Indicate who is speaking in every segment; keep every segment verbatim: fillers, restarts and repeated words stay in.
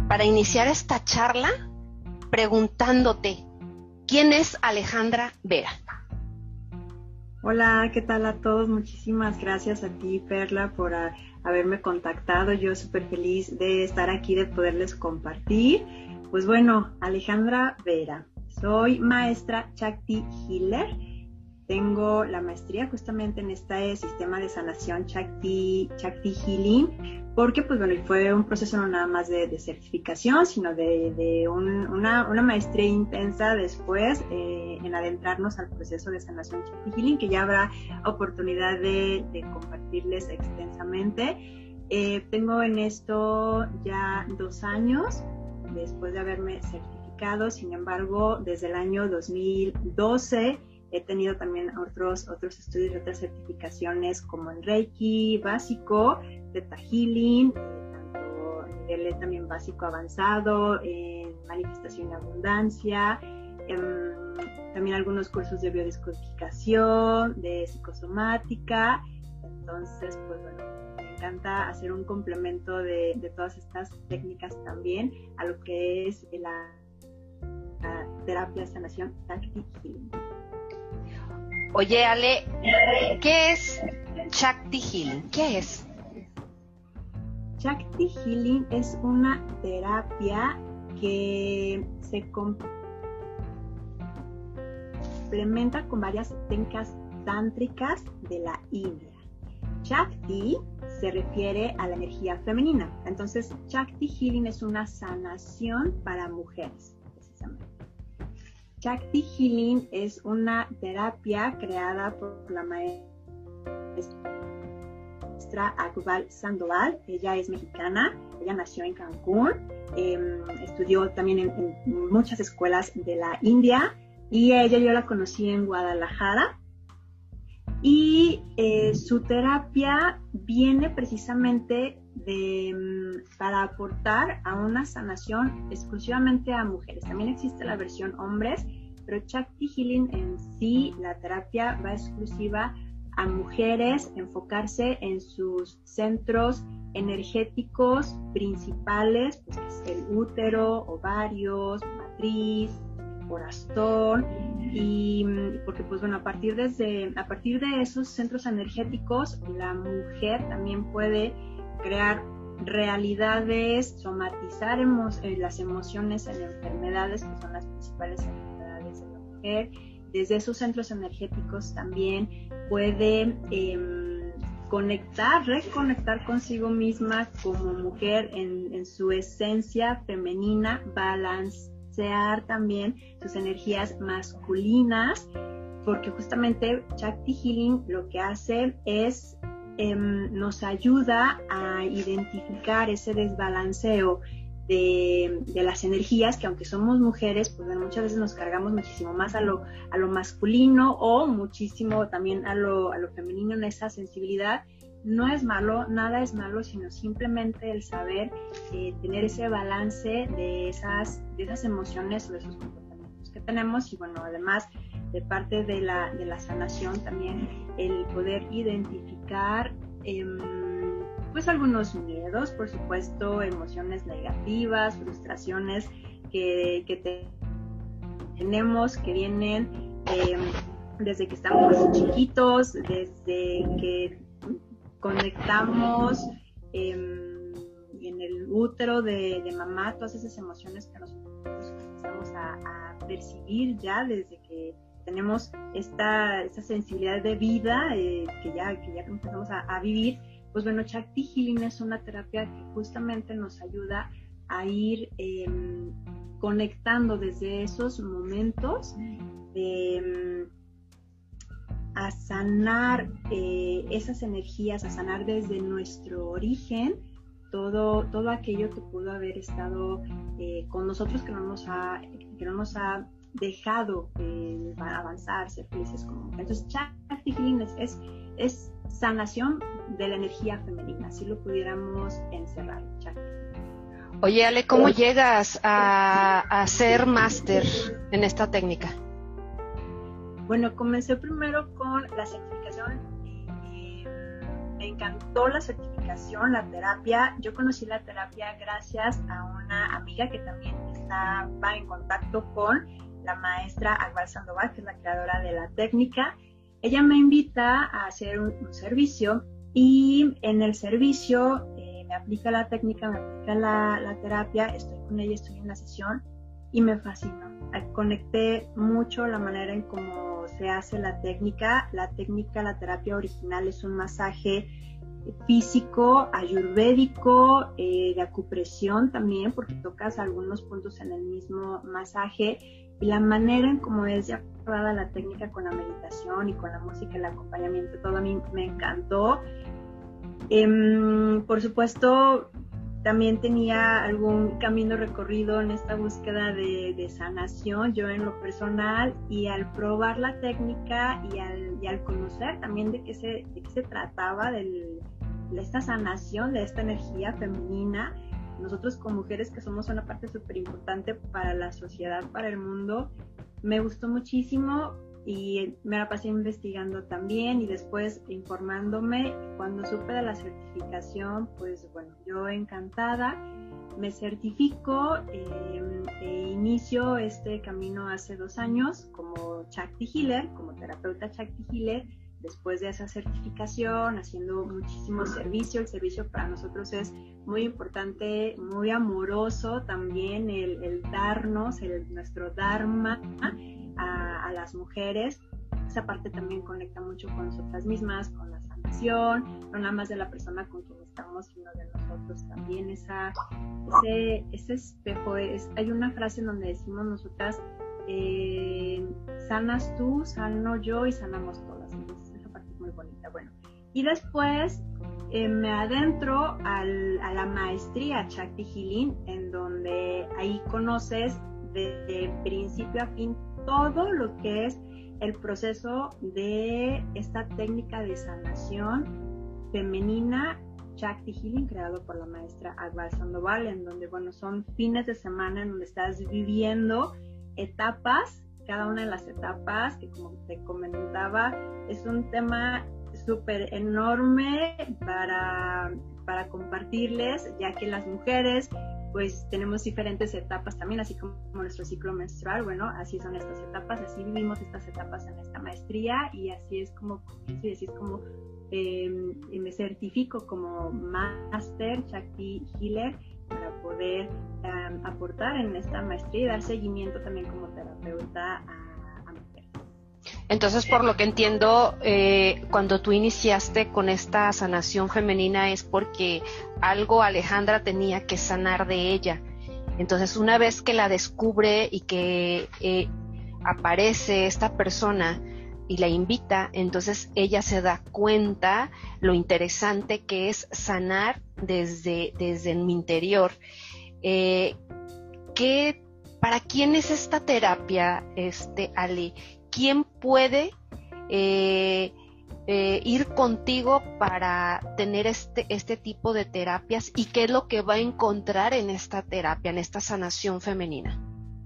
Speaker 1: para iniciar esta charla preguntándote, ¿quién es Alejandra Vera?
Speaker 2: Hola, ¿qué tal a todos? Muchísimas gracias a ti, Perla, por a, haberme contactado. Yo súper feliz de estar aquí, de poderles compartir. Pues bueno, Alejandra Vera, soy maestra Shakti Healer. Tengo la maestría justamente en este sistema de sanación Shakti, Shakti Healing, porque pues bueno, fue un proceso no nada más de, de certificación, sino de, de un, una, una maestría intensa después eh, en adentrarnos al proceso de sanación Shakti Healing, que ya habrá oportunidad de, de compartirles extensamente. Eh, tengo en esto ya dos años, después de haberme certificado. Sin embargo, desde el año dos mil doce he tenido también otros, otros estudios y otras certificaciones como en Reiki básico, Theta Healing, eh, tanto a nivel también básico avanzado, en manifestación y abundancia, eh, también algunos cursos de biodescodificación, de psicosomática. Entonces, pues bueno, me encanta hacer un complemento de, de todas estas técnicas también a lo que es la, la terapia de sanación Shakti Healing.
Speaker 1: Oye, Ale, ¿qué es Shakti Healing? ¿Qué es?
Speaker 2: Shakti Healing es una terapia que se complementa con varias técnicas tántricas de la India. Shakti se refiere a la energía femenina. Entonces, Shakti Healing es una sanación para mujeres, precisamente. Shakti Healing es una terapia creada por la maestra Akbal Sandoval. Ella es mexicana, ella nació en Cancún, eh, estudió también en, en muchas escuelas de la India, y ella yo la conocí en Guadalajara. Y eh, su terapia viene precisamente de, para aportar a una sanación exclusivamente a mujeres. También existe la versión hombres, pero Shakti Healing en sí, la terapia va exclusiva a mujeres, enfocarse en sus centros energéticos principales, pues, que es el útero, ovarios, matriz, corazón, y porque pues bueno, a partir, desde, a partir de esos centros energéticos, la mujer también puede crear realidades, somatizar emo las emociones en enfermedades, que son las principales enfermedades de la mujer. Desde esos centros energéticos también puede eh, conectar, reconectar consigo misma como mujer en, en su esencia femenina, balance también sus energías masculinas, porque justamente Shakti Healing lo que hace es eh, nos ayuda a identificar ese desbalanceo de, de las energías, que aunque somos mujeres, pues bueno, muchas veces nos cargamos muchísimo más a lo, a lo masculino, o muchísimo también a lo, a lo femenino en esa sensibilidad. No es malo, nada es malo, sino simplemente el saber eh, tener ese balance de esas, de esas emociones o de esos comportamientos que tenemos. Y bueno, además de parte de la, de la sanación, también el poder identificar eh, pues algunos miedos, por supuesto, emociones negativas, frustraciones que, que te, tenemos, que vienen eh, desde que estamos chiquitos, desde que conectamos eh, en el útero de, de mamá, todas esas emociones que nosotros comenzamos a, a percibir ya desde que tenemos esta, esta sensibilidad de vida eh, que, ya, que ya empezamos a, a vivir. Pues bueno, Shakti Healing es una terapia que justamente nos ayuda a ir eh, conectando desde esos momentos de a sanar eh, esas energías, a sanar desde nuestro origen todo, todo aquello que pudo haber estado eh, con nosotros, que no nos ha, que no nos ha dejado eh, avanzar, ser felices como mujeres. Entonces, Shakti Healing es, es, es sanación de la energía femenina, así lo pudiéramos encerrar. Shakti.
Speaker 1: Oye, Ale, ¿cómo llegas a, a ser máster en esta técnica?
Speaker 2: Bueno, comencé primero con la certificación. Eh, me encantó la certificación certificación, la terapia. Yo conocí la terapia gracias a una amiga que también estaba en contacto con la maestra Akbar Sandoval, que es la creadora de la técnica. Ella me invita a hacer un, un servicio y en el servicio eh, me aplica la técnica, me aplica la, la terapia, estoy con ella, estoy en la sesión y me fascinó. Conecté mucho la manera en cómo se hace la técnica. La técnica, la terapia original es un masaje físico, ayurvédico, eh, de acupresión también, porque tocas algunos puntos en el mismo masaje, y la manera en cómo es llevada la técnica con la meditación y con la música, el acompañamiento, todo a mí me encantó. Eh, por supuesto, también tenía algún camino recorrido en esta búsqueda de, de sanación, yo en lo personal, y al probar la técnica y al, y al conocer también de qué se, de qué se trataba, del, de esta sanación, de esta energía femenina, nosotros como mujeres que somos una parte súper importante para la sociedad, para el mundo, me gustó muchísimo y me la pasé investigando también y después informándome. Cuando supe de la certificación, pues bueno, yo encantada, me certifico eh, e inicio este camino hace dos años como Shakti Healer, como terapeuta Shakti Healer. Después de esa certificación, haciendo muchísimo servicio, el servicio para nosotros es muy importante, muy amoroso también, el, el darnos, el, nuestro dharma a, a las mujeres. Esa parte también conecta mucho con nosotras mismas, con la sanación, no nada más de la persona con quien estamos, sino de nosotros también. Esa, ese, ese espejo, es, hay una frase en donde decimos nosotras, eh, sanas tú, sano yo y sanamos todas. Entonces esa parte es muy bonita. Bueno, y después eh, me adentro al, a la maestría Shakti Healing, en donde ahí conoces de principio a fin todo lo que es el proceso de esta técnica de sanación femenina Shakti Healing, creado por la maestra Akbar Sandoval, en donde, bueno, son fines de semana en donde estás viviendo etapas, cada una de las etapas, que como te comentaba, es un tema súper enorme para, para compartirles, ya que las mujeres pues tenemos diferentes etapas también, así como nuestro ciclo menstrual. Bueno, así son estas etapas, así vivimos estas etapas en esta maestría, y así es como comienzo y así es como eh, me certifico como Master Shakti Healer para poder um, aportar en esta maestría y dar seguimiento también como terapeuta a, a mujeres.
Speaker 1: Entonces, por lo que entiendo, eh, cuando tú iniciaste con esta sanación femenina es porque algo Alejandra tenía que sanar de ella. Entonces, una vez que la descubre y que eh, aparece esta persona y la invita, entonces ella se da cuenta lo interesante que es sanar desde, desde mi interior. Eh, ¿qué, ¿Para quién es esta terapia, este, Ale? ¿Quién puede eh, eh, ir contigo para tener este, este tipo de terapias? ¿Y qué es lo que va a encontrar en esta terapia, en esta sanación femenina?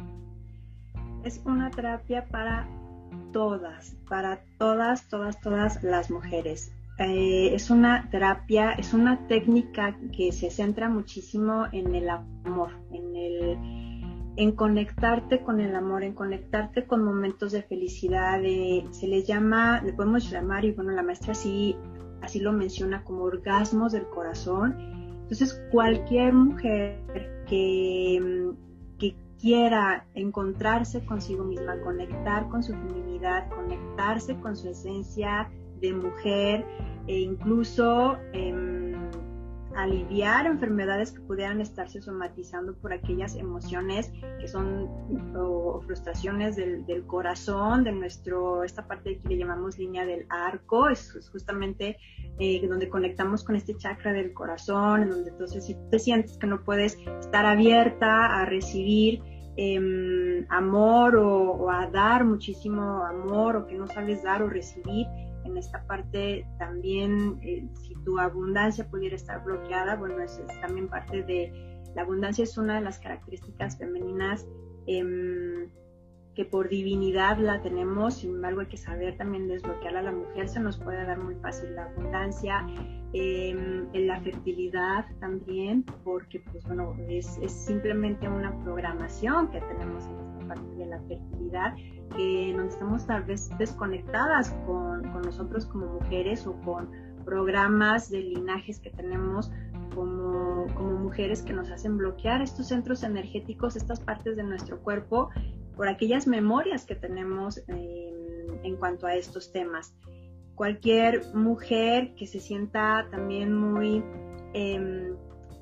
Speaker 2: Es una terapia para todas, para todas, todas, todas las mujeres. Eh, es una terapia, es una técnica que se centra muchísimo en el amor, en el en conectarte con el amor, en conectarte con momentos de felicidad, de, se le llama, le podemos llamar, y bueno, la maestra así, así lo menciona, como orgasmos del corazón. Entonces, cualquier mujer que, que quiera encontrarse consigo misma, conectar con su feminidad, conectarse con su esencia de mujer, e incluso eh, aliviar enfermedades que pudieran estarse somatizando por aquellas emociones que son o, o frustraciones del, del corazón, de nuestro, esta parte que le llamamos línea del arco, es, es justamente eh, donde conectamos con este chakra del corazón, en donde entonces si te sientes que no puedes estar abierta a recibir eh, amor o, o a dar muchísimo amor, o que no sabes dar o recibir, en esta parte también, eh, si tu abundancia pudiera estar bloqueada, bueno, eso es también parte de, la abundancia es una de las características femeninas eh, que por divinidad la tenemos, sin embargo hay que saber también desbloquearla. A la mujer se nos puede dar muy fácil la abundancia, eh, la fertilidad también, porque pues bueno, es, es simplemente una programación que tenemos en esta parte de la fertilidad, que nos estamos tal vez desconectadas con, con nosotros como mujeres o con programas de linajes que tenemos como, como mujeres que nos hacen bloquear estos centros energéticos, estas partes de nuestro cuerpo, por aquellas memorias que tenemos eh, en cuanto a estos temas. Cualquier mujer que se sienta también muy eh,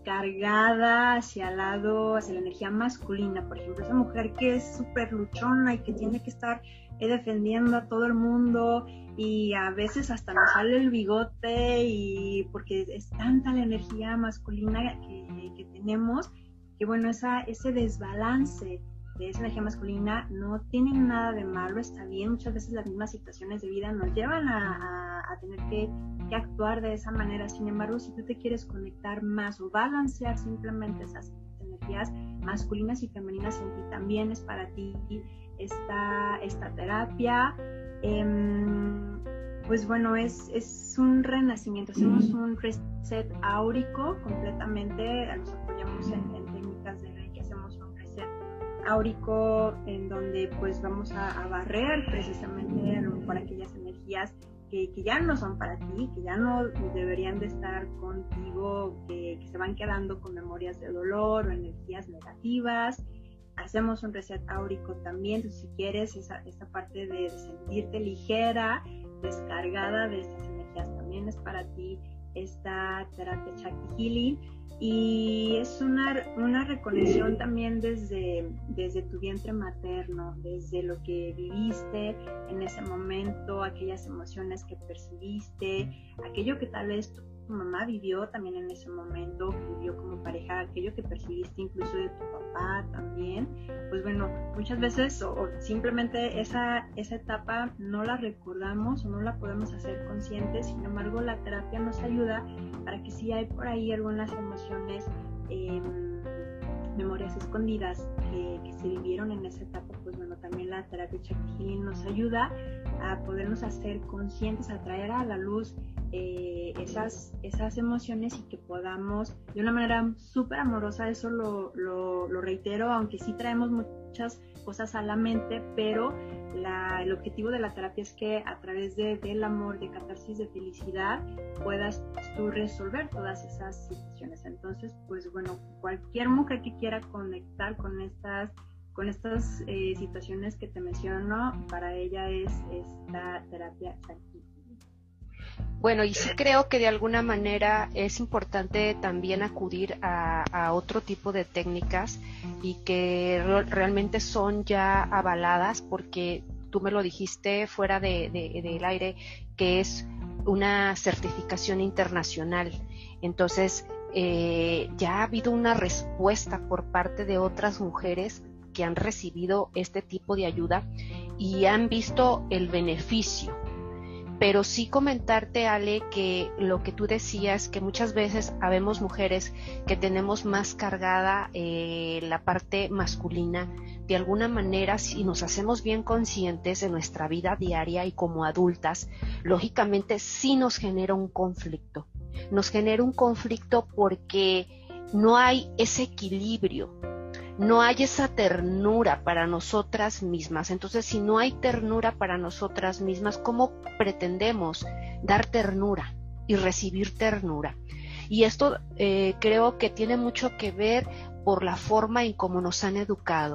Speaker 2: cargada hacia el lado, hacia la energía masculina, por ejemplo, esa mujer que es súper luchona y que tiene que estar eh, defendiendo a todo el mundo, y a veces hasta nos sale el bigote, y porque es tanta la energía masculina que, que tenemos, que bueno, esa, ese desbalance de esa energía masculina no tiene nada de malo, está bien. Muchas veces las mismas situaciones de vida nos llevan a, a, a tener que, que actuar de esa manera. Sin embargo, si tú te quieres conectar más o balancear simplemente esas energías masculinas y femeninas en ti, también es para ti esta, esta terapia. Eh, pues bueno, es, es un renacimiento, hacemos un reset áurico completamente, nos apoyamos en, en técnicas de Reiki, hacemos un reset áurico en donde pues vamos a, a barrer precisamente a lo mejor aquellas energías que, que ya no son para ti, que ya no deberían de estar contigo, que, que se van quedando con memorias de dolor o energías negativas. Hacemos un reset áurico también, entonces, si quieres esa, esa parte de, de sentirte ligera, descargada de estas energías, también es para ti esta terapia Chakti Healing, y es una, una reconexión también desde, desde tu vientre materno, desde lo que viviste en ese momento, aquellas emociones que percibiste, aquello que tal vez tu mamá vivió también en ese momento, que vivió como pareja, aquello que percibiste incluso de tu papá también. Pues bueno, muchas veces o, o simplemente esa, esa etapa no la recordamos o no la podemos hacer conscientes. Sin embargo, la terapia nos ayuda para que si hay por ahí algunas emociones, eh, memorias escondidas que, que se vivieron en esa etapa, pues bueno, también la terapia Chakti Healing nos ayuda a podernos hacer conscientes, a traer a la luz eh, esas, esas emociones, y que podamos de una manera súper amorosa, eso lo, lo, lo reitero, aunque sí traemos muchas cosas a la mente, pero la, el objetivo de la terapia es que a través de, del amor, de catarsis, de felicidad, puedas tú resolver todas esas situaciones. Entonces, pues bueno, cualquier mujer que quiera conectar con estas con estas eh, situaciones que te menciono, para ella es esta terapia Chakti.
Speaker 1: Bueno, y sí creo que de alguna manera es importante también acudir a, a otro tipo de técnicas, y que re- realmente son ya avaladas, porque tú me lo dijiste fuera de, de, del aire, que es una certificación internacional. Entonces, eh, ya ha habido una respuesta por parte de otras mujeres que han recibido este tipo de ayuda y han visto el beneficio. Pero sí comentarte, Ale, que lo que tú decías, que muchas veces habemos mujeres que tenemos más cargada eh, la parte masculina, de alguna manera, si nos hacemos bien conscientes de nuestra vida diaria y como adultas, lógicamente sí nos genera un conflicto. Nos genera un conflicto porque no hay ese equilibrio, no hay esa ternura para nosotras mismas. Entonces, si no hay ternura para nosotras mismas, ¿cómo pretendemos dar ternura y recibir ternura? Y esto eh, creo que tiene mucho que ver por la forma en cómo nos han educado.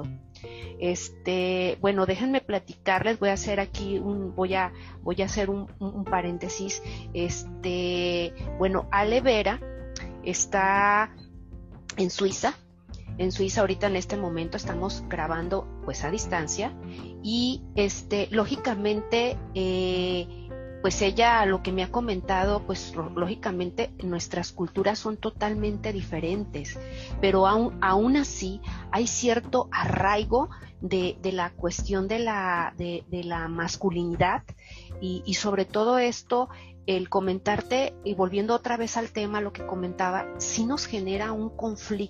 Speaker 1: Este, bueno, déjenme platicarles, voy a hacer aquí un, voy a, voy a hacer un, un paréntesis. Este, bueno, Ale Vera está en Suiza. En Suiza ahorita en este momento estamos grabando pues a distancia, y este lógicamente eh, pues ella lo que me ha comentado, pues lógicamente nuestras culturas son totalmente diferentes, pero aún, aún así hay cierto arraigo de, de la cuestión de la, de, de la masculinidad, y, y sobre todo esto, el comentarte, y volviendo otra vez al tema, lo que comentaba, sí nos genera un conflicto,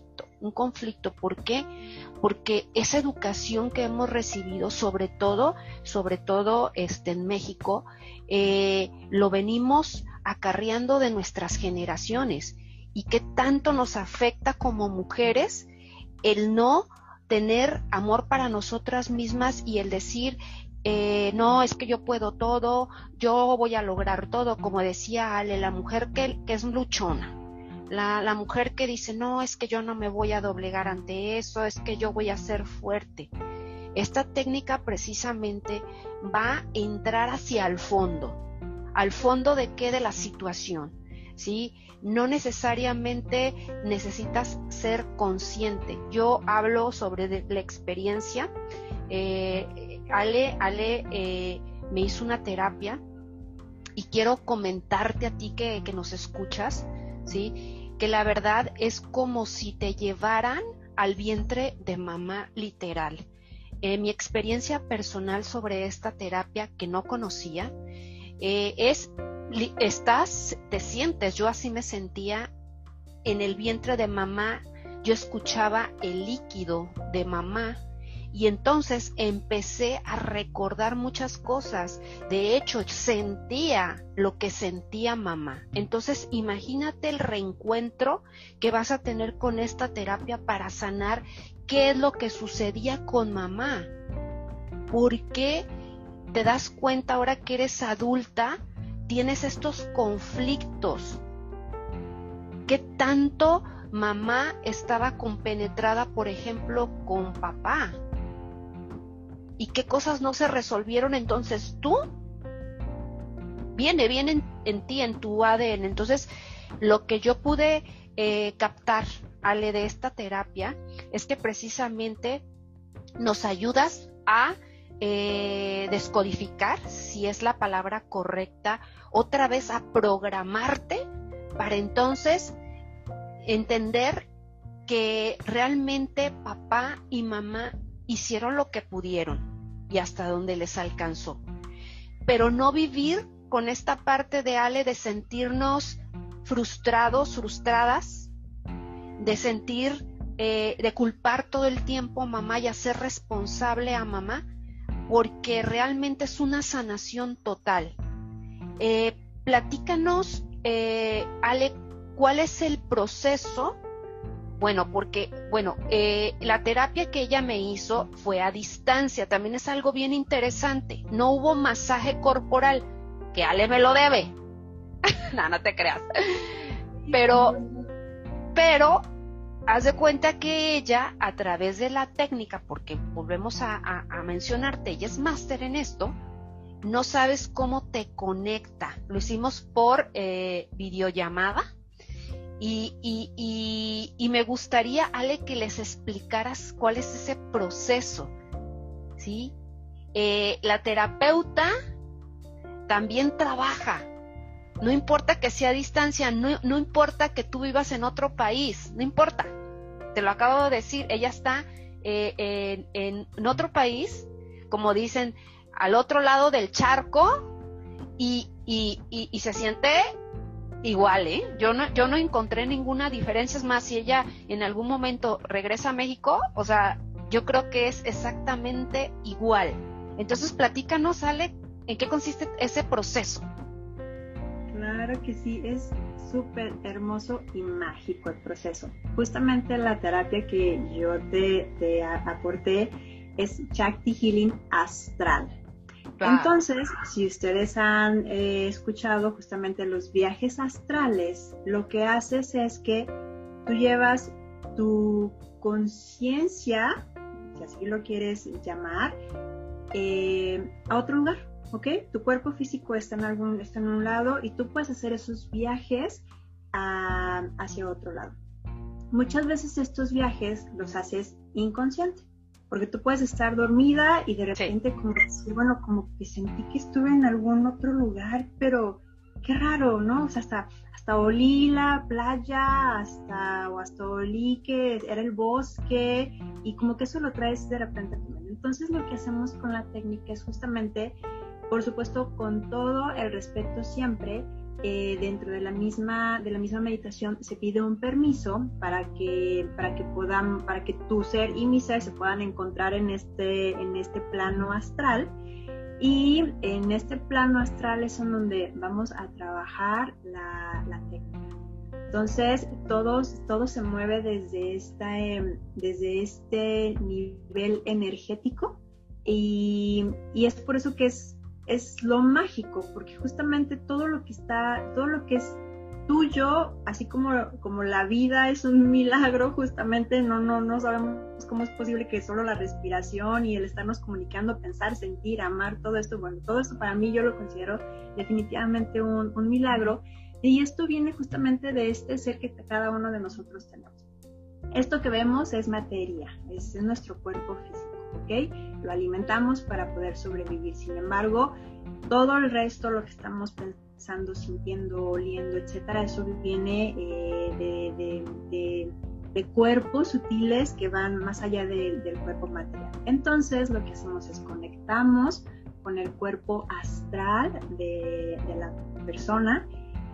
Speaker 1: un conflicto. ¿Por qué? Porque esa educación que hemos recibido, sobre todo, sobre todo este, en México, eh, lo venimos acarreando de nuestras generaciones, y qué tanto nos afecta como mujeres el no tener amor para nosotras mismas y el decir, eh, no, es que yo puedo todo, yo voy a lograr todo, como decía Ale, la mujer que, que es luchona, la, la mujer que dice, no, es que yo no me voy a doblegar ante eso, es que yo voy a ser fuerte. Esta técnica precisamente va a entrar hacia el fondo. ¿Al fondo de qué? De la situación, ¿sí? No necesariamente necesitas ser consciente. Yo hablo sobre de, la experiencia. Eh, Ale, Ale eh, me hizo una terapia y quiero comentarte a ti que, que nos escuchas, ¿sí? Que la verdad es como si te llevaran al vientre de mamá literal. Eh, mi experiencia personal sobre esta terapia que no conocía, Eh, es, estás, te sientes, yo así me sentía en el vientre de mamá, yo escuchaba el líquido de mamá y entonces empecé a recordar muchas cosas, de hecho sentía lo que sentía mamá. Entonces imagínate el reencuentro que vas a tener con esta terapia para sanar qué es lo que sucedía con mamá, por qué te das cuenta ahora que eres adulta, tienes estos conflictos. ¿Qué tanto mamá estaba compenetrada, por ejemplo, con papá? ¿Y qué cosas no se resolvieron? Entonces tú, viene, viene en, en ti, en tu A D N. Entonces, lo que yo pude eh, captar, Ale, de esta terapia, es que precisamente nos ayudas a Eh, descodificar, si es la palabra correcta, otra vez a programarte para entonces entender que realmente papá y mamá hicieron lo que pudieron y hasta donde les alcanzó, pero no vivir con esta parte de Ale de sentirnos frustrados, frustradas, de sentir, eh, de culpar todo el tiempo a mamá y hacer responsable a mamá, porque realmente es una sanación total. Eh, platícanos, eh, Ale, ¿cuál es el proceso? Bueno, porque, bueno, eh, la terapia que ella me hizo fue a distancia, también es algo bien interesante. No hubo masaje corporal, que Ale me lo debe. No, no te creas. Pero, pero... haz de cuenta que ella, a través de la técnica, porque volvemos a, a, a mencionarte, ella es máster en esto, no sabes cómo te conecta. Lo hicimos por eh, videollamada y, y, y, y me gustaría, Ale, que les explicaras cuál es ese proceso, ¿sí? Eh, la terapeuta también trabaja. No importa que sea a distancia, no, no importa que tú vivas en otro país, no importa. Te lo acabo de decir, ella está eh, en, en, en otro país, como dicen, al otro lado del charco y, y, y, y se siente igual, ¿eh? Yo no, yo no encontré ninguna diferencia. Es más, si ella en algún momento regresa a México, o sea, yo creo que es exactamente igual. Entonces, platícanos, Ale, ¿en qué consiste ese proceso?
Speaker 2: Claro que sí, es súper hermoso y mágico el proceso. Justamente la terapia que yo te, te aporté es Shakti Healing Astral. Wow. Entonces, si ustedes han eh, escuchado justamente los viajes astrales, lo que haces es que tú llevas tu conciencia, si así lo quieres llamar, eh, a otro lugar. ¿Ok? Tu cuerpo físico está en, algún, está en un lado y tú puedes hacer esos viajes a, hacia otro lado. Muchas veces estos viajes los haces inconsciente, porque tú puedes estar dormida y de repente sí. como decir, bueno, como que sentí que estuve en algún otro lugar, pero qué raro, ¿no? O sea, hasta, hasta olí la playa, hasta, o hasta olí que era el bosque y como que eso lo traes de repente a tu mente. Entonces lo que hacemos con la técnica es justamente, por supuesto, con todo el respeto siempre, eh, dentro de la misma de la misma meditación se pide un permiso para que para que puedan para que tu ser y mi ser se puedan encontrar en este en este plano astral. Y en este plano astral es en donde vamos a trabajar la, la técnica. Entonces, todos, todo se mueve desde, esta, eh, desde este nivel energético y, y es por eso que es, es lo mágico, porque justamente todo lo que está, todo lo que es tuyo, así como, como la vida es un milagro, justamente no, no, no sabemos cómo es posible que solo la respiración y el estarnos comunicando, pensar, sentir, amar, todo esto, bueno, todo esto para mí yo lo considero definitivamente un, un milagro, y esto viene justamente de este ser que cada uno de nosotros tenemos. Esto que vemos es materia, es, es nuestro cuerpo físico, ¿ok? Lo alimentamos para poder sobrevivir, sin embargo, todo el resto, lo que estamos pensando, sintiendo, oliendo, etcétera, eso viene eh, de, de, de, de cuerpos sutiles que van más allá de, del cuerpo material. Entonces, lo que hacemos es conectamos con el cuerpo astral de, de la persona.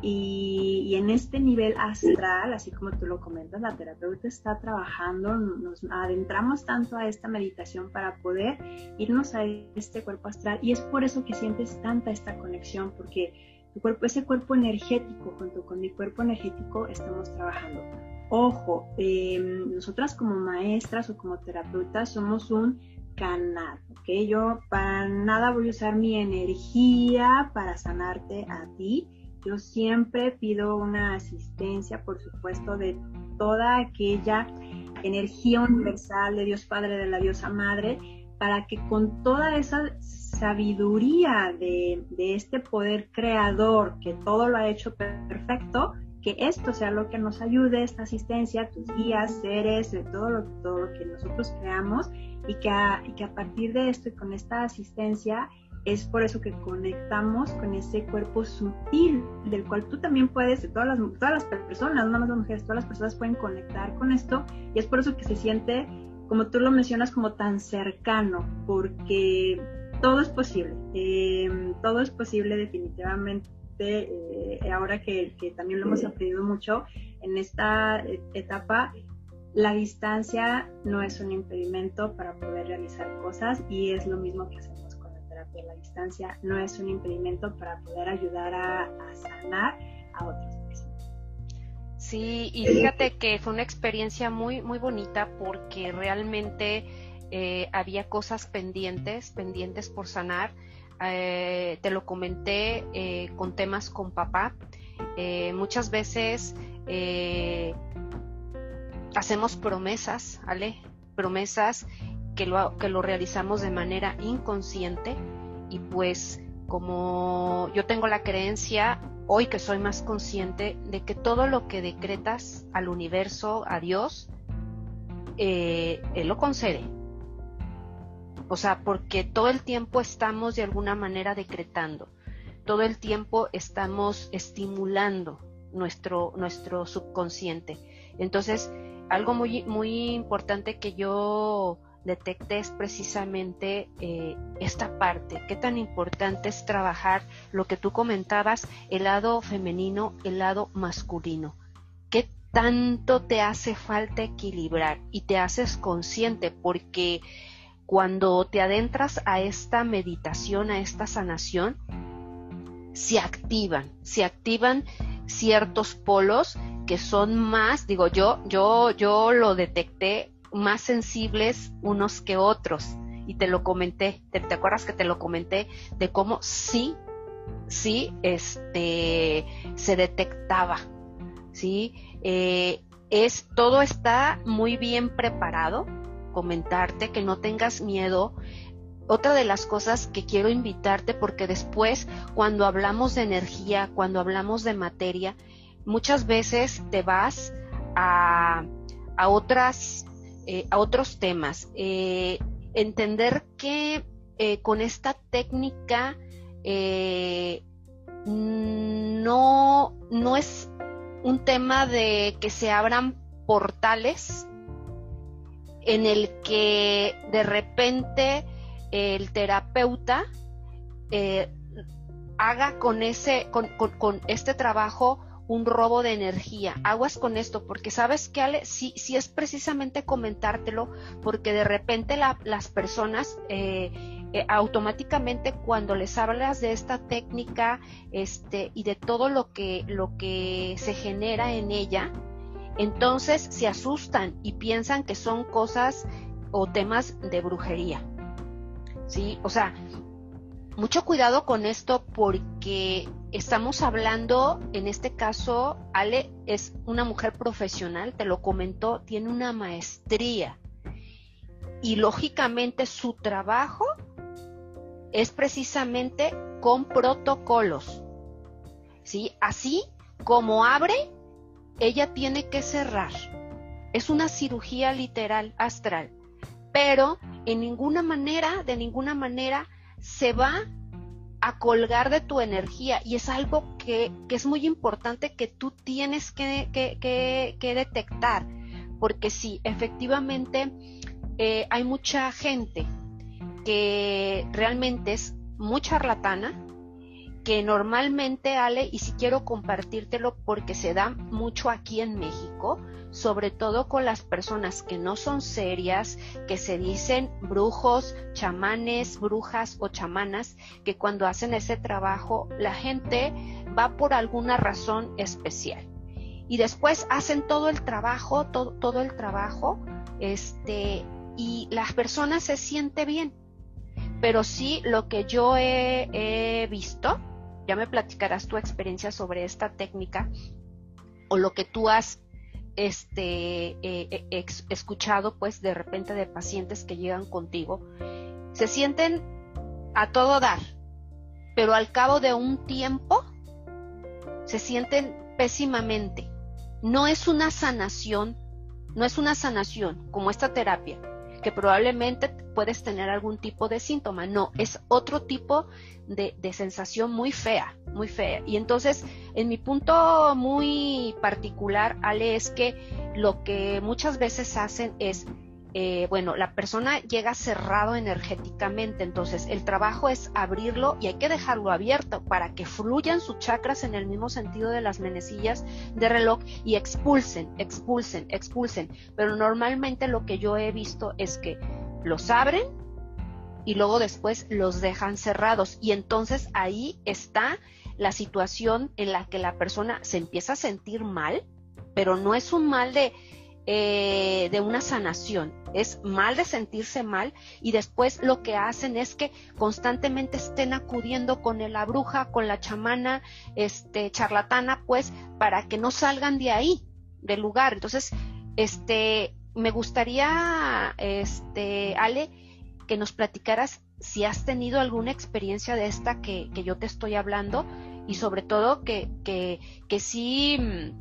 Speaker 2: Y, y en este nivel astral, así como tú lo comentas, la terapeuta está trabajando, nos adentramos tanto a esta meditación para poder irnos a este cuerpo astral, y es por eso que sientes tanta esta conexión, porque tu cuerpo, ese cuerpo energético junto con mi cuerpo energético estamos trabajando. Ojo, eh, nosotras como maestras o como terapeutas somos un canal, ¿ok? Yo para nada voy a usar mi energía para sanarte a ti. Yo siempre pido una asistencia, por supuesto, de toda aquella energía universal de Dios Padre, de la Diosa Madre, para que con toda esa sabiduría de, de este poder creador, que todo lo ha hecho perfecto, que esto sea lo que nos ayude, esta asistencia, tus guías, seres, de todo lo, todo lo que nosotros creamos, y que, a, y que a partir de esto y con esta asistencia, es por eso que conectamos con ese cuerpo sutil, del cual tú también puedes, todas las, todas las personas, no más las mujeres, todas las personas pueden conectar con esto, y es por eso que se siente, como tú lo mencionas, como tan cercano, porque todo es posible, eh, todo es posible definitivamente, eh, ahora que, que también lo hemos aprendido mucho en esta etapa. La distancia no es un impedimento para poder realizar cosas, y es lo mismo que hacemos. La distancia no es un impedimento para poder ayudar a, a sanar a otras personas.
Speaker 1: Sí, y fíjate que fue una experiencia muy, muy bonita, porque realmente eh, había cosas pendientes, pendientes por sanar. Eh, te lo comenté eh, con temas con papá. Eh, muchas veces eh, hacemos promesas, ¿vale? Promesas que lo, que lo realizamos de manera inconsciente, y pues como yo tengo la creencia, hoy que soy más consciente, de que todo lo que decretas al universo, a Dios, eh, Él lo concede. O sea, porque todo el tiempo estamos de alguna manera decretando, todo el tiempo estamos estimulando nuestro, nuestro subconsciente. Entonces, algo muy, muy importante que yo detecté es precisamente eh, esta parte, qué tan importante es trabajar lo que tú comentabas, el lado femenino, el lado masculino, qué tanto te hace falta equilibrar, y te haces consciente, porque cuando te adentras a esta meditación, a esta sanación, se activan, se activan ciertos polos que son más, digo yo, yo, yo lo detecté, más sensibles unos que otros, y te lo comenté, ¿te, te acuerdas que te lo comenté? De cómo sí, sí, este, se detectaba, ¿sí? Eh, es, todo está muy bien preparado, comentarte que no tengas miedo. Otra de las cosas que quiero invitarte, porque después cuando hablamos de energía, cuando hablamos de materia, muchas veces te vas a, a otras Eh, a otros temas, eh, entender que eh, con esta técnica eh, no, no es un tema de que se abran portales en el que de repente el terapeuta eh, haga con ese, con, con, con este trabajo un robo de energía. Aguas con esto, porque sabes que, Ale, sí, sí es precisamente comentártelo, porque de repente la, las personas eh, eh, automáticamente cuando les hablas de esta técnica este, y de todo lo que, lo que se genera en ella, entonces se asustan y piensan que son cosas o temas de brujería, ¿sí? O sea, mucho cuidado con esto, porque estamos hablando, en este caso, Ale es una mujer profesional, te lo comentó, tiene una maestría y lógicamente su trabajo es precisamente con protocolos, ¿sí? Así como abre, ella tiene que cerrar. Es una cirugía literal astral, pero en ninguna manera, de ninguna manera se va a colgar de tu energía, y es algo que, que es muy importante que tú tienes que, que, que, que detectar, porque sí, efectivamente eh, hay mucha gente que realmente es muy charlatana, que normalmente, Ale, y si quiero compartírtelo porque se da mucho aquí en México, sobre todo con las personas que no son serias, que se dicen brujos, chamanes, brujas o chamanas, que cuando hacen ese trabajo la gente va por alguna razón especial y después hacen todo el trabajo, todo, todo el trabajo, este, y las personas se sienten bien. Pero sí, lo que yo he, he visto, ya me platicarás tu experiencia sobre esta técnica o lo que tú has este, eh, ex, escuchado pues de repente de pacientes que llegan contigo, se sienten a todo dar, pero al cabo de un tiempo se sienten pésimamente. No es una sanación, no es una sanación como esta terapia, que probablemente puedes tener algún tipo de síntoma. No, es otro tipo de, de sensación muy fea, muy fea. Y entonces, en mi punto muy particular, Ale, es que lo que muchas veces hacen es, eh, bueno, la persona llega cerrado energéticamente, entonces el trabajo es abrirlo y hay que dejarlo abierto para que fluyan sus chakras en el mismo sentido de las manecillas de reloj y expulsen, expulsen, expulsen. Pero normalmente lo que yo he visto es que los abren y luego después los dejan cerrados, y entonces ahí está la situación en la que la persona se empieza a sentir mal, pero no es un mal de Eh, de una sanación, es mal de sentirse mal, y después lo que hacen es que constantemente estén acudiendo con la bruja, con la chamana, este, charlatana, pues, para que no salgan de ahí, del lugar. Entonces, este, me gustaría, este, Ale, que nos platicaras si has tenido alguna experiencia de esta que, que yo te estoy hablando, y sobre todo que, que, que sí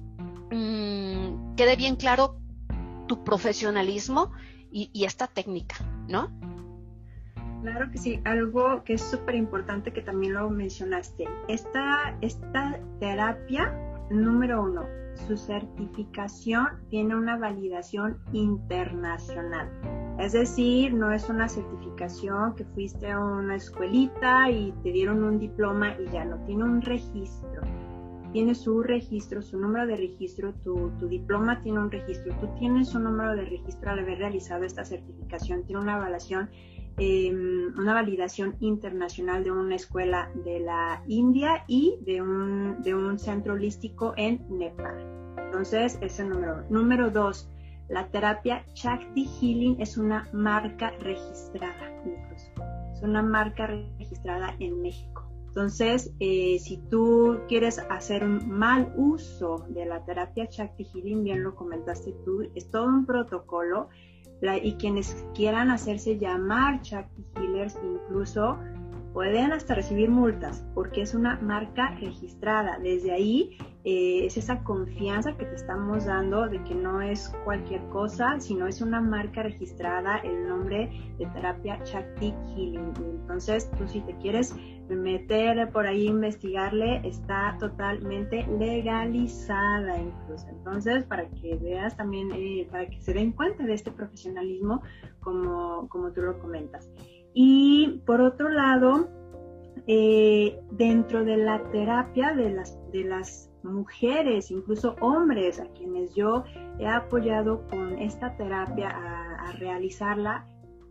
Speaker 1: mmm, quede bien claro tu profesionalismo y, y esta técnica, ¿no?
Speaker 2: Claro que sí, algo que es súper importante que también lo mencionaste. Esta, esta terapia, número uno, su certificación tiene una validación internacional. Es decir, no es una certificación que fuiste a una escuelita y te dieron un diploma y ya no, tiene un registro. Tiene su registro, su número de registro, tu, tu diploma tiene un registro, tú tienes un número de registro al haber realizado esta certificación, tiene una validación, eh, una validación internacional de una escuela de la India y de un, de un centro holístico en Nepal. Entonces, ese es el número uno. Número dos, la terapia Shakti Healing es una marca registrada, incluso. Es una marca registrada en México. Entonces, eh, si tú quieres hacer un mal uso de la terapia Shakti Healing, bien lo comentaste tú, es todo un protocolo, la, y quienes quieran hacerse llamar Shakti Healers incluso pueden hasta recibir multas, porque es una marca registrada. Desde ahí eh, es esa confianza que te estamos dando de que no es cualquier cosa, sino es una marca registrada, el nombre de terapia Shakti Healing. Entonces, tú si te quieres meter por ahí, investigarle, está totalmente legalizada incluso. Entonces, para que veas también, eh, para que se den cuenta de este profesionalismo, como, como tú lo comentas. Y por otro lado, eh, dentro de la terapia de las, de las mujeres, incluso hombres a quienes yo he apoyado con esta terapia a, a realizarla,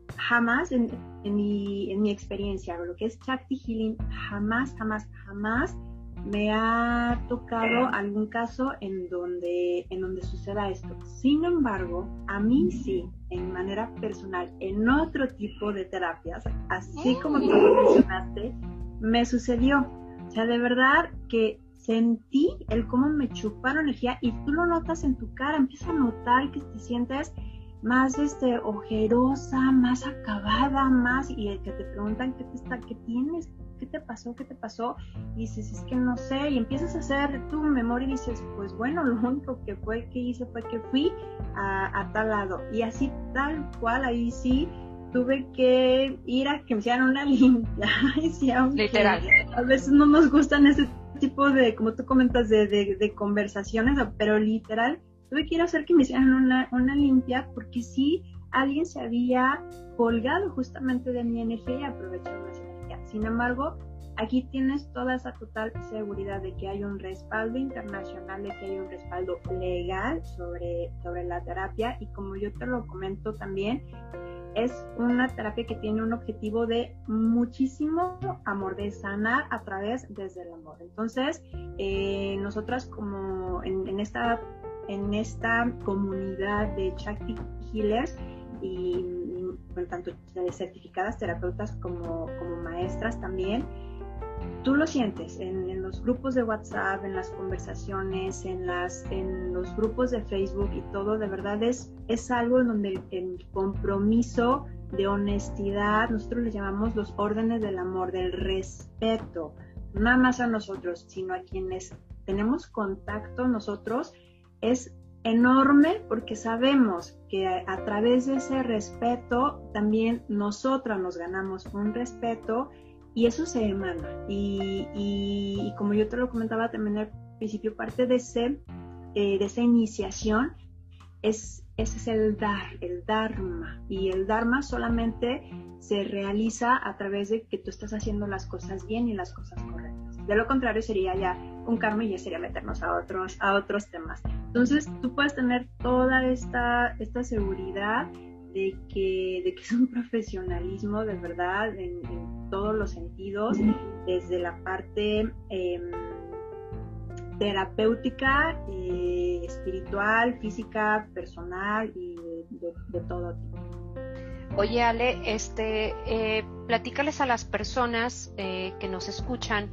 Speaker 2: jamás en, en, mi, en mi experiencia, lo que es Shakti Healing, jamás, jamás, jamás me ha tocado algún caso en donde, en donde suceda esto. Sin embargo, a mí sí, en manera personal, en otro tipo de terapias, así como tú lo mencionaste, me sucedió. O sea, de verdad que sentí el cómo me chuparon energía y tú lo notas en tu cara, empiezas a notar que te sientes más este, ojerosa, más acabada, más, y el que te preguntan qué, te está, qué tienes, qué te pasó, qué te pasó, y dices, es que no sé, y empiezas a hacer tu memoria y dices, pues bueno, lo único que fue que hice fue que fui a, a tal lado, y así tal cual, ahí sí, tuve que ir a que me hicieran una limpia, y sí, aunque
Speaker 1: literal.
Speaker 2: A veces no nos gustan ese tipo de, como tú comentas, de, de, de conversaciones, pero literal, tuve que ir a hacer que me hicieran una, una limpia porque sí, alguien se había colgado justamente de mi energía y aprovechado esa energía. Sin embargo, aquí tienes toda esa total seguridad de que hay un respaldo internacional, de que hay un respaldo legal sobre, sobre la terapia, y como yo te lo comento también, es una terapia que tiene un objetivo de muchísimo amor, de sanar a través desde el amor. Entonces, eh, nosotras como en, en esta en esta comunidad de Shakti Healers y, y tanto certificadas terapeutas como, como maestras también, tú lo sientes en, en los grupos de WhatsApp, en las conversaciones, en, las, en los grupos de Facebook y todo, de verdad es, es algo en donde el, el compromiso de honestidad, nosotros le llamamos los órdenes del amor, del respeto, no nada más a nosotros, sino a quienes tenemos contacto nosotros, es enorme porque sabemos que a, a través de ese respeto también nosotras nos ganamos un respeto y eso se emana. Y, y, y como yo te lo comentaba también al principio, parte de, ese, eh, de esa iniciación es, ese es el dar, el dharma. Y el dharma solamente se realiza a través de que tú estás haciendo las cosas bien y las cosas correctas. De lo contrario sería ya un karma y ya sería meternos a otros, a otros temas. Entonces tú puedes tener toda esta, esta seguridad de que, de que es un profesionalismo de verdad en, en todos los sentidos, desde la parte eh, terapéutica, eh, espiritual, física, personal y de, de todo tipo.
Speaker 1: Oye, Ale, este, eh, platícales a las personas eh, que nos escuchan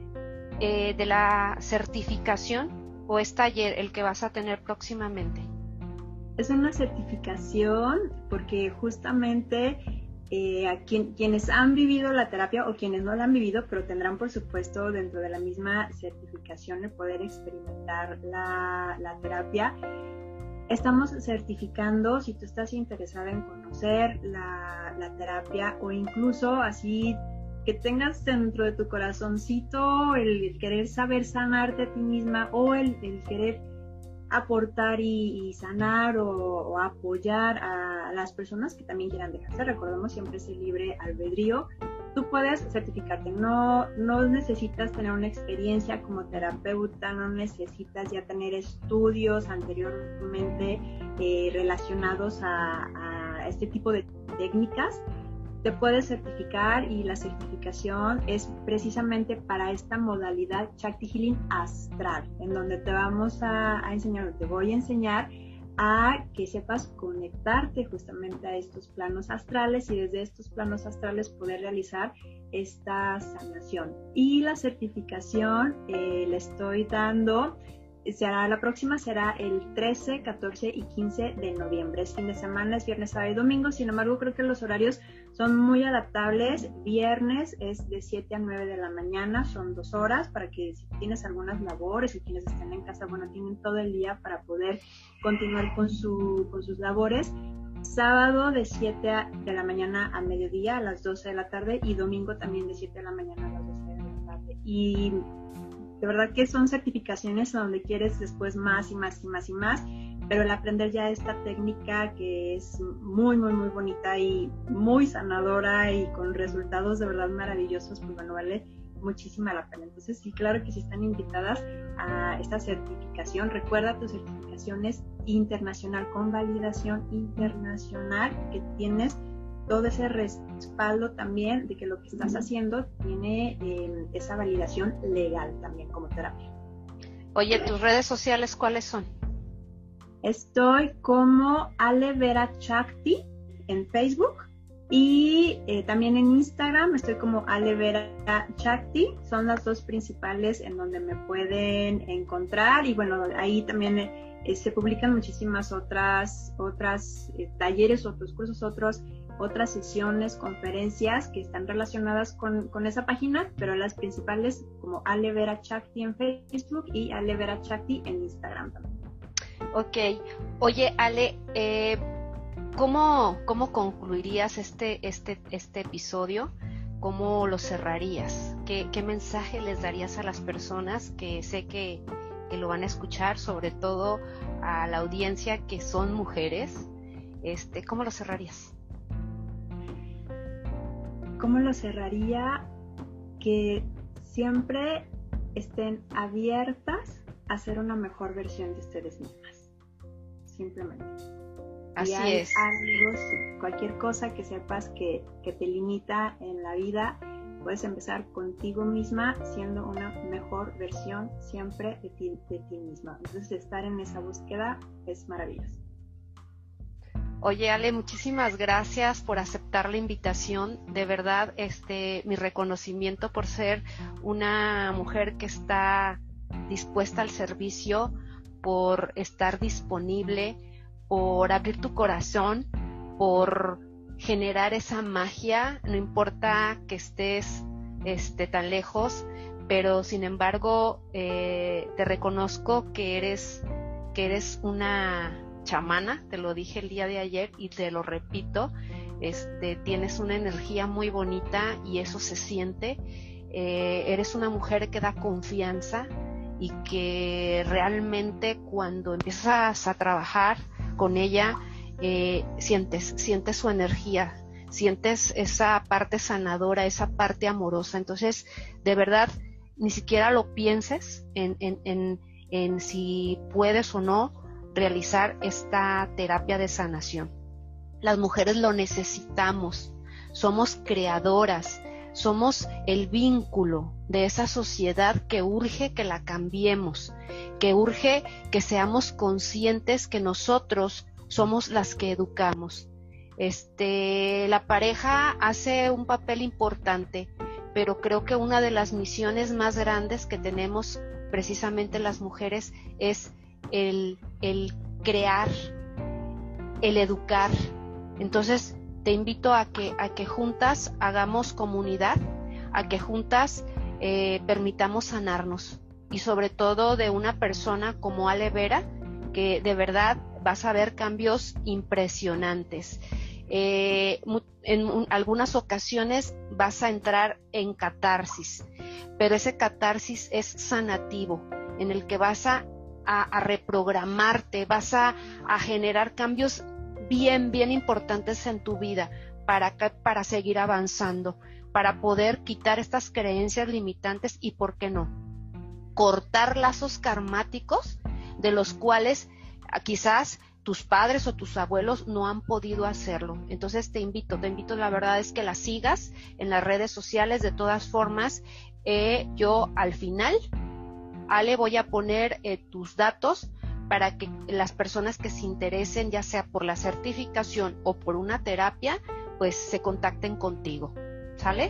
Speaker 1: eh, de la certificación o es taller el que vas a tener próximamente.
Speaker 2: Es una certificación porque justamente eh, a quien, quienes han vivido la terapia o quienes no la han vivido, pero tendrán por supuesto dentro de la misma certificación el poder experimentar la, la terapia. Estamos certificando, si tú estás interesada en conocer la, la terapia o incluso así que tengas dentro de tu corazoncito el, el querer saber sanarte a ti misma o el, el querer aportar y, y sanar o, o apoyar a las personas que también quieran dejarse. Recordemos siempre ese libre albedrío. Tú puedes certificarte, no, no necesitas tener una experiencia como terapeuta, no necesitas ya tener estudios anteriormente eh, relacionados a, a este tipo de técnicas. Te puedes certificar y la certificación es precisamente para esta modalidad Shakti Healing astral, en donde te vamos a, a enseñar, te voy a enseñar a que sepas conectarte justamente a estos planos astrales y desde estos planos astrales poder realizar esta sanación. Y la certificación eh, le estoy dando, será, la próxima será el trece, catorce y quince de noviembre. Es fin de semana, es viernes, sábado y domingo. Sin embargo, creo que los horarios son muy adaptables. Viernes es de siete a nueve de la mañana, son dos horas para que si tienes algunas labores y quienes estén en casa, bueno, tienen todo el día para poder continuar con, su, con sus labores. Sábado de siete de la mañana a mediodía a las doce de la tarde y domingo también de siete de la mañana a las doce de la tarde. Y de verdad que son certificaciones donde quieres después más y más y más y más, pero el aprender ya esta técnica que es muy, muy, muy bonita y muy sanadora y con resultados de verdad maravillosos, pues bueno, vale muchísima la pena. Entonces sí, claro que sí están invitadas a esta certificación. Recuerda, tu certificación es internacional, con validación internacional, que tienes todo ese respaldo también de que lo que estás haciendo tiene eh, esa validación legal también como terapia.
Speaker 1: Oye, ¿tus redes sociales cuáles son?
Speaker 2: Estoy como Ale Vera Chakti en Facebook y eh, también en Instagram estoy como Ale Vera Chakti. Son las dos principales en donde me pueden encontrar, y bueno, ahí también eh, se publican muchísimas otras otras eh, talleres, otros cursos, otros otras sesiones, conferencias que están relacionadas con, con esa página, pero las principales como Ale Vera Chakti en Facebook y Ale Vera Chakti en Instagram también.
Speaker 1: Ok. Oye, Ale, eh, ¿cómo, cómo concluirías este, este, este episodio? ¿Cómo lo cerrarías? ¿Qué, qué mensaje les darías a las personas que sé que, que lo van a escuchar, sobre todo a la audiencia que son mujeres? Este, ¿cómo lo cerrarías?
Speaker 2: ¿Cómo lo cerraría? Que siempre estén abiertas a ser una mejor versión de ustedes mismas. Simplemente.
Speaker 1: Así
Speaker 2: y hay
Speaker 1: es.
Speaker 2: Algo, sí, cualquier cosa que sepas que, que te limita en la vida, puedes empezar contigo misma siendo una mejor versión siempre de ti, de ti misma. Entonces, estar en esa búsqueda es maravilloso.
Speaker 1: Oye, Ale, muchísimas gracias por aceptar la invitación. De verdad, este, mi reconocimiento por ser una mujer que está dispuesta al servicio, por estar disponible, por abrir tu corazón, por generar esa magia. No importa que estés este, tan lejos, pero sin embargo, eh, te reconozco que eres, que eres una chamana, te lo dije el día de ayer y te lo repito, este, tienes una energía muy bonita y eso se siente. Eh, eres una mujer que da confianza y que realmente cuando empiezas a trabajar con ella, eh, sientes, sientes su energía, sientes esa parte sanadora, esa parte amorosa. Entonces, de verdad, ni siquiera lo pienses en, en, en, en si puedes o no realizar esta terapia de sanación. Las mujeres lo necesitamos, somos creadoras, somos el vínculo de esa sociedad que urge que la cambiemos, que urge que seamos conscientes que nosotros somos las que educamos. Este, la pareja hace un papel importante, pero creo que una de las misiones más grandes que tenemos precisamente las mujeres es el, el crear, el educar. Entonces te invito a que, a que juntas hagamos comunidad, a que juntas eh, permitamos sanarnos, y sobre todo de una persona como Ale Vera, que de verdad vas a ver cambios impresionantes. Eh, en algunas ocasiones vas a entrar en catarsis, pero ese catarsis es sanativo, en el que vas a A, a reprogramarte, vas a, a generar cambios bien, bien importantes en tu vida para, para seguir avanzando, para poder quitar estas creencias limitantes y, ¿por qué no?, cortar lazos karmáticos de los cuales quizás tus padres o tus abuelos no han podido hacerlo. Entonces te invito, te invito, la verdad es que la sigas en las redes sociales. De todas formas, eh, yo al final, Ale, voy a poner eh, tus datos para que las personas que se interesen, ya sea por la certificación o por una terapia, pues se contacten contigo. ¿Sale?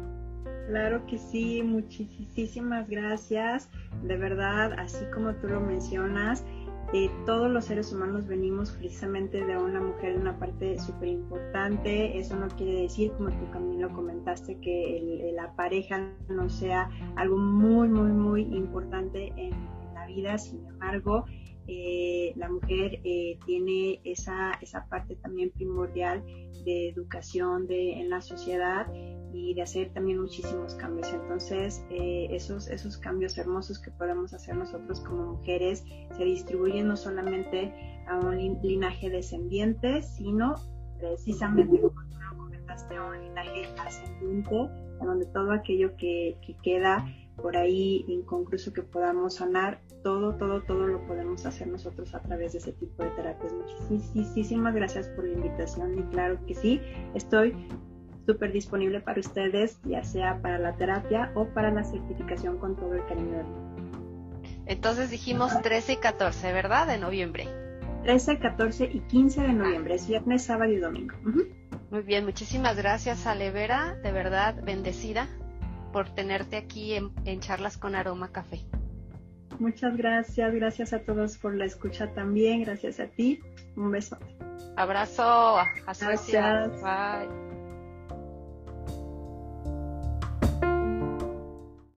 Speaker 2: Claro que sí, muchísimas gracias. De verdad, así como tú lo mencionas, eh, todos los seres humanos venimos precisamente de una mujer, de una parte súper importante. Eso no quiere decir, como tú también lo comentaste, que el, la pareja no sea algo muy, muy, muy importante en, en la vida. Sin embargo, eh, la mujer eh, tiene esa, esa parte también primordial de educación de, en la sociedad, y de hacer también muchísimos cambios. Entonces, eh, esos, esos cambios hermosos que podemos hacer nosotros como mujeres se distribuyen no solamente a un linaje descendiente, sino precisamente como tú lo comentaste, un linaje ascendente, en donde todo aquello que, que queda por ahí inconcluso que podamos sanar, todo, todo, todo lo podemos hacer nosotros a través de ese tipo de terapias. Muchísimas gracias por la invitación y claro que sí, estoy súper disponible para ustedes, ya sea para la terapia o para la certificación con todo el cariño del mundo.
Speaker 1: Entonces dijimos trece y catorce, ¿verdad? De noviembre.
Speaker 2: trece, catorce y quince de noviembre, es viernes, sábado y domingo. Uh-huh.
Speaker 1: Muy bien, muchísimas gracias, Ale Vera, de verdad bendecida por tenerte aquí en, en Charlas con Aroma Café.
Speaker 2: Muchas gracias, gracias a todos por la escucha también, gracias a ti, un beso.
Speaker 1: Abrazo,
Speaker 2: gracias.
Speaker 1: Bye.